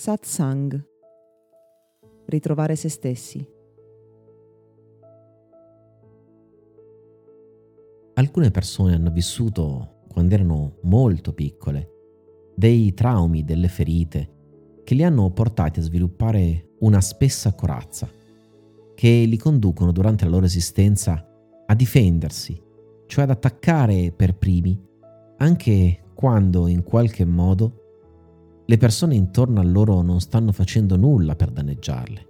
Satsang. Ritrovare se stessi. Alcune persone hanno vissuto, quando erano molto piccole, dei traumi, delle ferite, che li hanno portati a sviluppare una spessa corazza, che li conducono durante la loro esistenza a difendersi, cioè ad attaccare per primi, anche quando in qualche modo le persone intorno a loro non stanno facendo nulla per danneggiarle.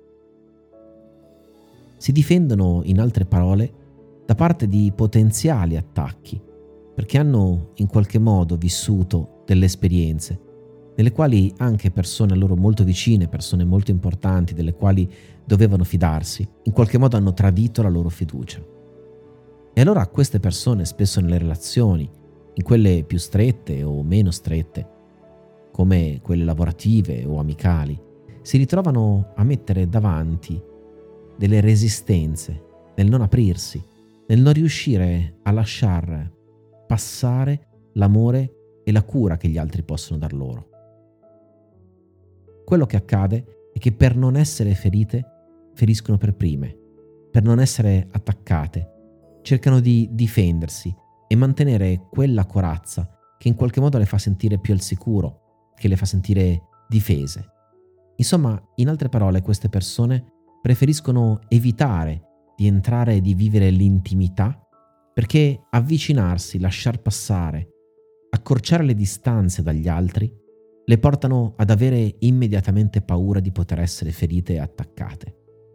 Si difendono, in altre parole, da parte di potenziali attacchi, perché hanno in qualche modo vissuto delle esperienze nelle quali anche persone a loro molto vicine, persone molto importanti, delle quali dovevano fidarsi, in qualche modo hanno tradito la loro fiducia. E allora queste persone, spesso nelle relazioni, in quelle più strette o meno strette, come quelle lavorative o amicali, si ritrovano a mettere davanti delle resistenze nel non aprirsi, nel non riuscire a lasciar passare l'amore e la cura che gli altri possono dar loro. Quello che accade è che per non essere ferite, feriscono per prime, per non essere attaccate, cercano di difendersi e mantenere quella corazza che in qualche modo le fa sentire più al sicuro, che le fa sentire difese. Insomma, in altre parole, queste persone preferiscono evitare di entrare e di vivere l'intimità perché avvicinarsi, lasciar passare, accorciare le distanze dagli altri le portano ad avere immediatamente paura di poter essere ferite e attaccate.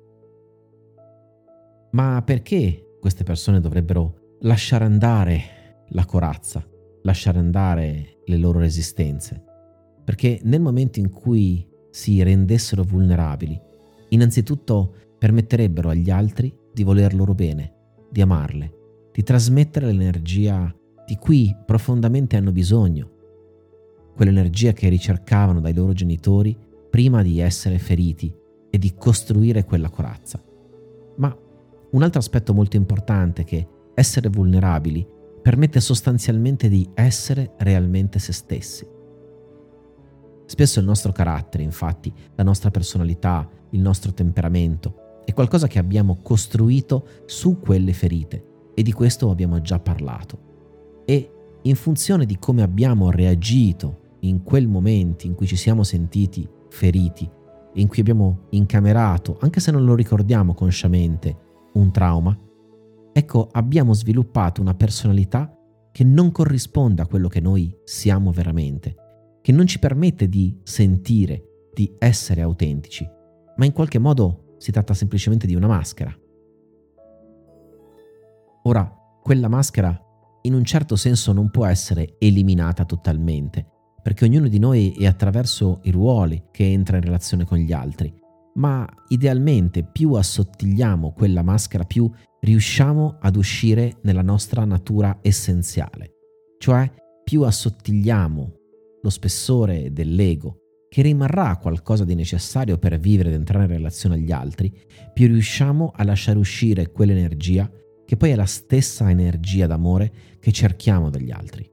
Ma perché queste persone dovrebbero lasciare andare la corazza, lasciare andare le loro resistenze? Perché nel momento in cui si rendessero vulnerabili, innanzitutto permetterebbero agli altri di voler loro bene, di amarle, di trasmettere l'energia di cui profondamente hanno bisogno, quell'energia che ricercavano dai loro genitori prima di essere feriti e di costruire quella corazza. Ma un altro aspetto molto importante è che essere vulnerabili permette sostanzialmente di essere realmente se stessi. Spesso il nostro carattere, infatti, la nostra personalità, il nostro temperamento, è qualcosa che abbiamo costruito su quelle ferite e di questo abbiamo già parlato. E in funzione di come abbiamo reagito in quel momento in cui ci siamo sentiti feriti, in cui abbiamo incamerato, anche se non lo ricordiamo consciamente, un trauma, ecco, abbiamo sviluppato una personalità che non corrisponde a quello che noi siamo veramente, che non ci permette di sentire, di essere autentici, ma in qualche modo si tratta semplicemente di una maschera. Ora, quella maschera in un certo senso non può essere eliminata totalmente, perché ognuno di noi è attraverso i ruoli che entra in relazione con gli altri, ma idealmente più assottigliamo quella maschera, più riusciamo ad uscire nella nostra natura essenziale, cioè più assottigliamo lo spessore dell'ego, che rimarrà qualcosa di necessario per vivere ed entrare in relazione agli altri, più riusciamo a lasciare uscire quell'energia che poi è la stessa energia d'amore che cerchiamo dagli altri.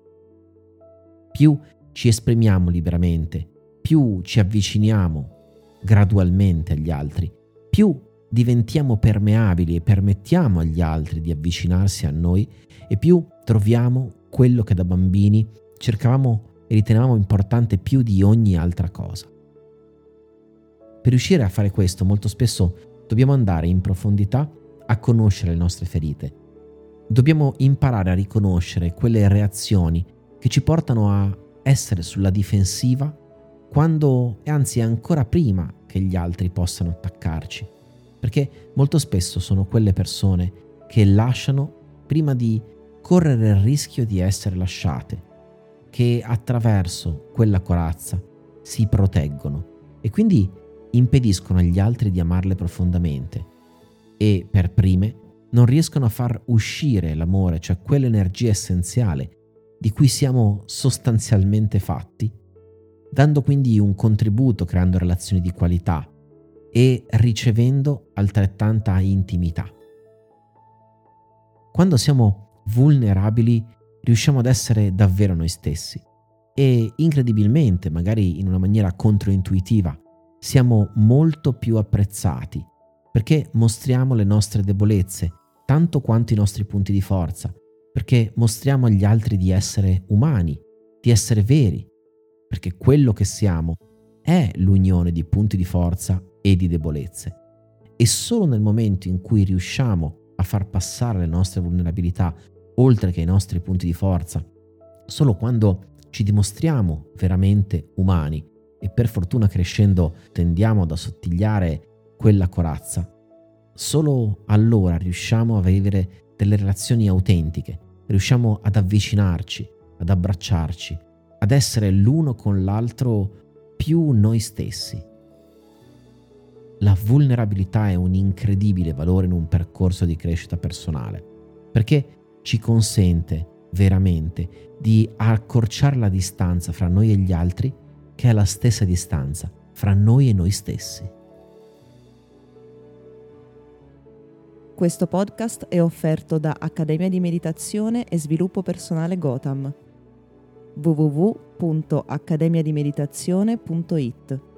Più ci esprimiamo liberamente, più ci avviciniamo gradualmente agli altri, più diventiamo permeabili e permettiamo agli altri di avvicinarsi a noi e più troviamo quello che da bambini cercavamo e ritenevamo importante più di ogni altra cosa. Per riuscire a fare questo, molto spesso dobbiamo andare in profondità a conoscere le nostre ferite. Dobbiamo imparare a riconoscere quelle reazioni che ci portano a essere sulla difensiva quando, e anzi ancora prima che gli altri possano attaccarci, perché molto spesso sono quelle persone che lasciano prima di correre il rischio di essere lasciate, che attraverso quella corazza si proteggono e quindi impediscono agli altri di amarle profondamente e per prime non riescono a far uscire l'amore, cioè quell'energia essenziale di cui siamo sostanzialmente fatti, dando quindi un contributo, creando relazioni di qualità e ricevendo altrettanta intimità. Quando siamo vulnerabili riusciamo ad essere davvero noi stessi e incredibilmente, magari in una maniera controintuitiva, siamo molto più apprezzati perché mostriamo le nostre debolezze tanto quanto i nostri punti di forza, perché mostriamo agli altri di essere umani, di essere veri, perché quello che siamo è l'unione di punti di forza e di debolezze. E solo nel momento in cui riusciamo a far passare le nostre vulnerabilità oltre che i nostri punti di forza, solo quando ci dimostriamo veramente umani e per fortuna crescendo tendiamo ad assottigliare quella corazza, solo allora riusciamo a vivere delle relazioni autentiche, riusciamo ad avvicinarci, ad abbracciarci, ad essere l'uno con l'altro più noi stessi. La vulnerabilità è un incredibile valore in un percorso di crescita personale, perché ci consente veramente di accorciare la distanza fra noi e gli altri, che è la stessa distanza fra noi e noi stessi. Questo podcast è offerto da Accademia di Meditazione e Sviluppo Personale Gotham. www.accademiadimeditazione.it